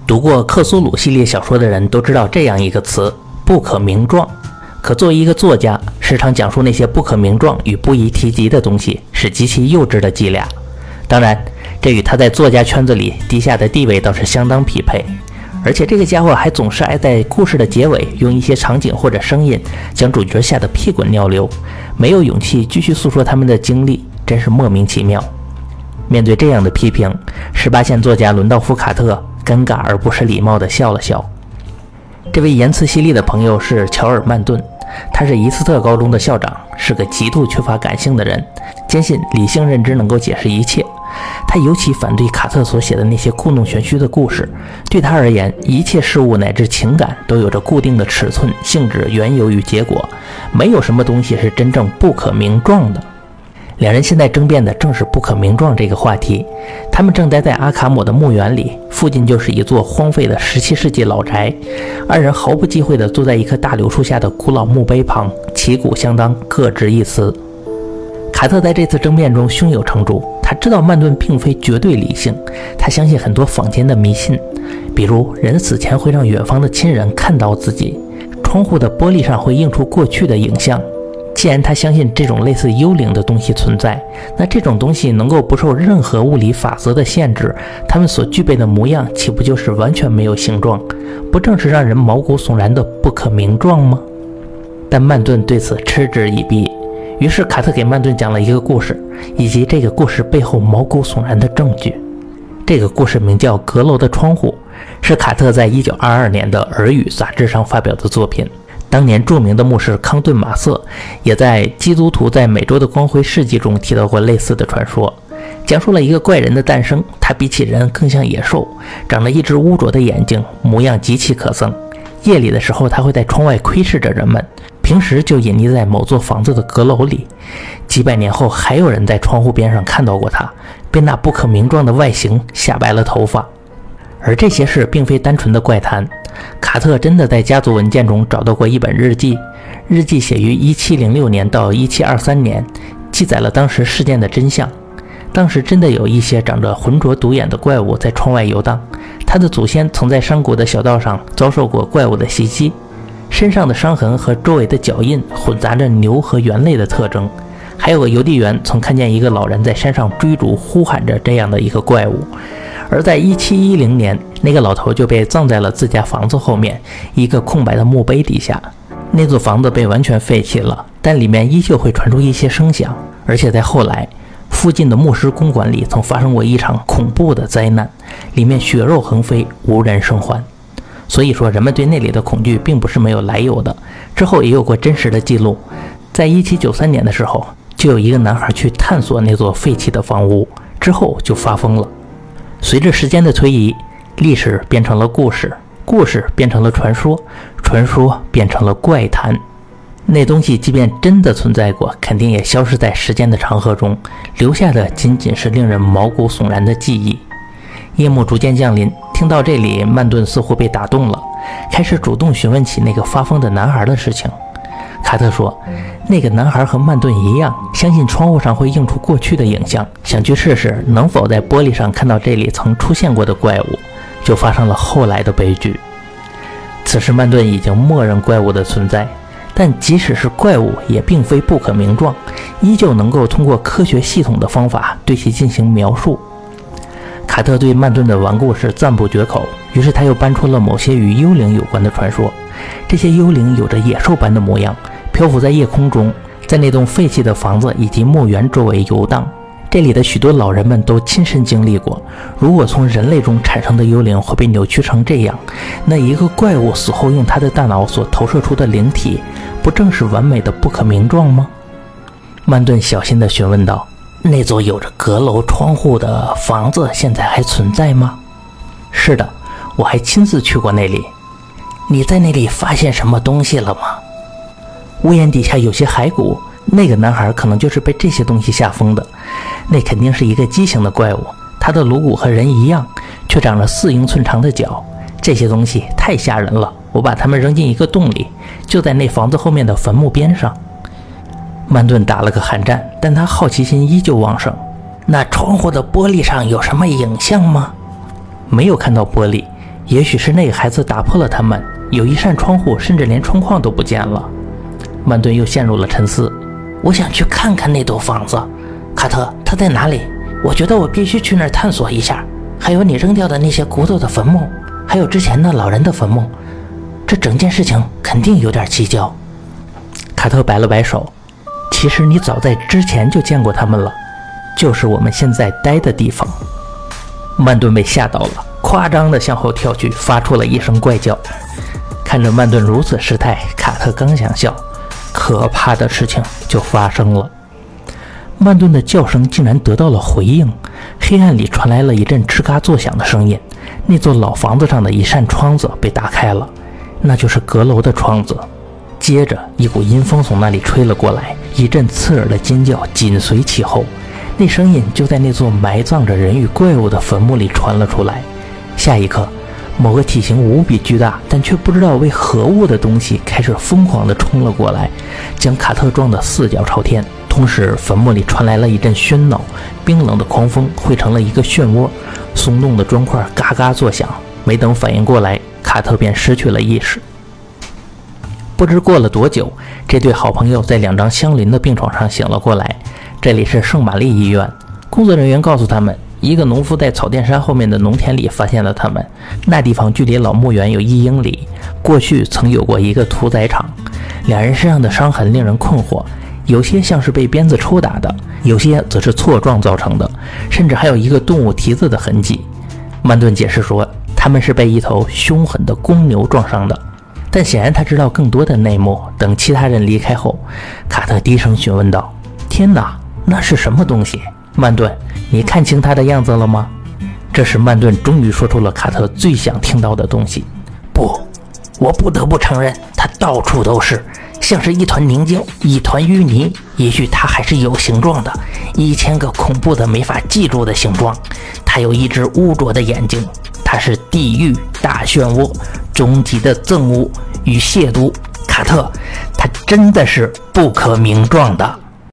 读过克苏鲁系列小说的人都知道这样一个词，不可名状。可作为一个作家，时常讲述那些不可名状与不宜提及的东西，是极其幼稚的伎俩。当然，这与他在作家圈子里低下的地位倒是相当匹配。而且这个家伙还总是爱在故事的结尾用一些场景或者声音将主角吓得屁滚尿流，没有勇气继续诉说他们的经历，真是莫名其妙。面对这样的批评，18线作家伦道夫·卡特尴尬而不失礼貌地笑了笑。这位言辞犀利的朋友是乔尔·曼顿，他是伊斯特高中的校长，是个极度缺乏感性的人，坚信理性认知能够解释一切。他尤其反对卡特所写的那些故弄玄虚的故事，对他而言，一切事物乃至情感都有着固定的尺寸、性质、缘由与结果，没有什么东西是真正不可名状的。两人现在争辩的正是不可名状这个话题。他们正待在阿卡姆的墓园里，附近就是一座荒废的17世纪老宅。二人毫不忌讳地坐在一棵大柳树下的古老墓碑旁，旗鼓相当，各执一词。卡特在这次争辩中胸有成竹，他知道曼顿并非绝对理性，他相信很多坊间的迷信，比如人死前会让远方的亲人看到自己，窗户的玻璃上会映出过去的影像。既然他相信这种类似幽灵的东西存在，那这种东西能够不受任何物理法则的限制，它们所具备的模样岂不就是完全没有形状？不正是让人毛骨悚然的不可名状吗？但曼顿对此嗤之以鼻。于是卡特给曼顿讲了一个故事，以及这个故事背后毛骨悚然的证据。这个故事名叫《阁楼的窗户》，是卡特在1922年的《耳语》杂志上发表的作品。当年著名的牧师康顿·马瑟也在《基督徒在美洲的光辉事迹》中提到过类似的传说，讲述了一个怪人的诞生。他比起人更像野兽，长了一只污浊的眼睛，模样极其可憎。夜里的时候，他会在窗外窥视着人们，平时就隐匿在某座房子的阁楼里。几百年后，还有人在窗户边上看到过他，被那不可名状的外形吓白了头发。而这些事并非单纯的怪谈，卡特真的在家族文件中找到过一本日记，日记写于1706年到1723年，记载了当时事件的真相。当时真的有一些长着浑浊独眼的怪物在窗外游荡，他的祖先曾在山谷的小道上遭受过怪物的袭击，身上的伤痕和周围的脚印混杂着牛和猿类的特征。还有个邮递员曾看见一个老人在山上追逐呼喊着这样的一个怪物。而在1710年，那个老头就被葬在了自家房子后面一个空白的墓碑底下。那座房子被完全废弃了，但里面依旧会传出一些声响。而且在后来，附近的牧师公馆里曾发生过一场恐怖的灾难，里面血肉横飞，无人生还。所以说，人们对那里的恐惧并不是没有来由的。之后也有过真实的记录，在1793年的时候，就有一个男孩去探索那座废弃的房屋，之后就发疯了。随着时间的推移，历史变成了故事，故事变成了传说，传说变成了怪谈。那东西即便真的存在过，肯定也消失在时间的长河中，留下的仅仅是令人毛骨悚然的记忆。夜幕逐渐降临，听到这里，曼顿似乎被打动了，开始主动询问起那个发疯的男孩的事情。卡特说，那个男孩和曼顿一样，相信窗户上会映出过去的影像，想去试试能否在玻璃上看到这里曾出现过的怪物，就发生了后来的悲剧。此时曼顿已经默认怪物的存在，但即使是怪物也并非不可名状，依旧能够通过科学系统的方法对其进行描述。卡特对曼顿的顽固是赞不绝口，于是他又搬出了某些与幽灵有关的传说。这些幽灵有着野兽般的模样，漂浮在夜空中，在那栋废弃的房子以及墓园周围游荡。这里的许多老人们都亲身经历过，如果从人类中产生的幽灵会被扭曲成这样，那一个怪物死后用他的大脑所投射出的灵体，不正是完美的不可名状吗？曼顿小心地询问道，那座有着阁楼窗户的房子现在还存在吗？是的，我还亲自去过那里。你在那里发现什么东西了吗？屋檐底下有些骸骨，那个男孩可能就是被这些东西吓疯的。那肯定是一个畸形的怪物，他的颅骨和人一样，却长了4英寸长的脚。这些东西太吓人了，我把它们扔进一个洞里，就在那房子后面的坟墓边上。曼顿打了个寒战，但他好奇心依旧旺盛。那窗户的玻璃上有什么影像吗？没有看到玻璃， 也许是那个孩子打破了他们，有一扇窗户，甚至连窗框都不见了。曼顿又陷入了沉思。我想去看看那栋房子，卡特，它在哪里？我觉得我必须去那儿探索一下。还有你扔掉的那些骨头的坟墓，还有之前那老人的坟墓，这整件事情肯定有点蹊跷。卡特摆了摆手，其实你早在之前就见过他们了，就是我们现在待的地方。曼顿被吓到了，夸张地向后跳去，发出了一声怪叫。看着曼顿如此失态，卡特刚想笑，可怕的事情就发生了。曼顿的叫声竟然得到了回应，黑暗里传来了一阵吱嘎作响的声音，那座老房子上的一扇窗子被打开了，那就是阁楼的窗子。接着一股阴风从那里吹了过来，一阵刺耳的尖叫紧随其后，那声音就在那座埋葬着人与怪物的坟墓里传了出来。下一刻，某个体型无比巨大但却不知道为何物的东西开始疯狂地冲了过来，将卡特撞得四脚朝天。同时坟墓里传来了一阵喧闹，冰冷的狂风汇成了一个漩涡，松动的砖块嘎嘎作响。没等反应过来，卡特便失去了意识。不知过了多久，这对好朋友在2张相邻的病床上醒了过来。这里是圣玛丽医院，工作人员告诉他们，一个农夫在草甸山后面的农田里发现了他们，那地方距离老墓园有1英里，过去曾有过一个屠宰场。2人身上的伤痕令人困惑，有些像是被鞭子抽打的，有些则是挫撞造成的，甚至还有一个动物蹄子的痕迹。曼顿解释说，他们是被一头凶狠的公牛撞伤的，但显然他知道更多的内幕。等其他人离开后，卡特低声询问道：天哪，那是什么东西？曼顿，你看清他的样子了吗？这时曼顿终于说出了卡特最想听到的东西。不，我不得不承认，他到处都是，像是一团凝胶，一团淤泥，也许它还是有形状的，1000个恐怖的没法记住的形状。它有一只污浊的眼睛，它是地狱大漩涡，终极的憎恶与亵渎。卡特，它真的是不可名状的。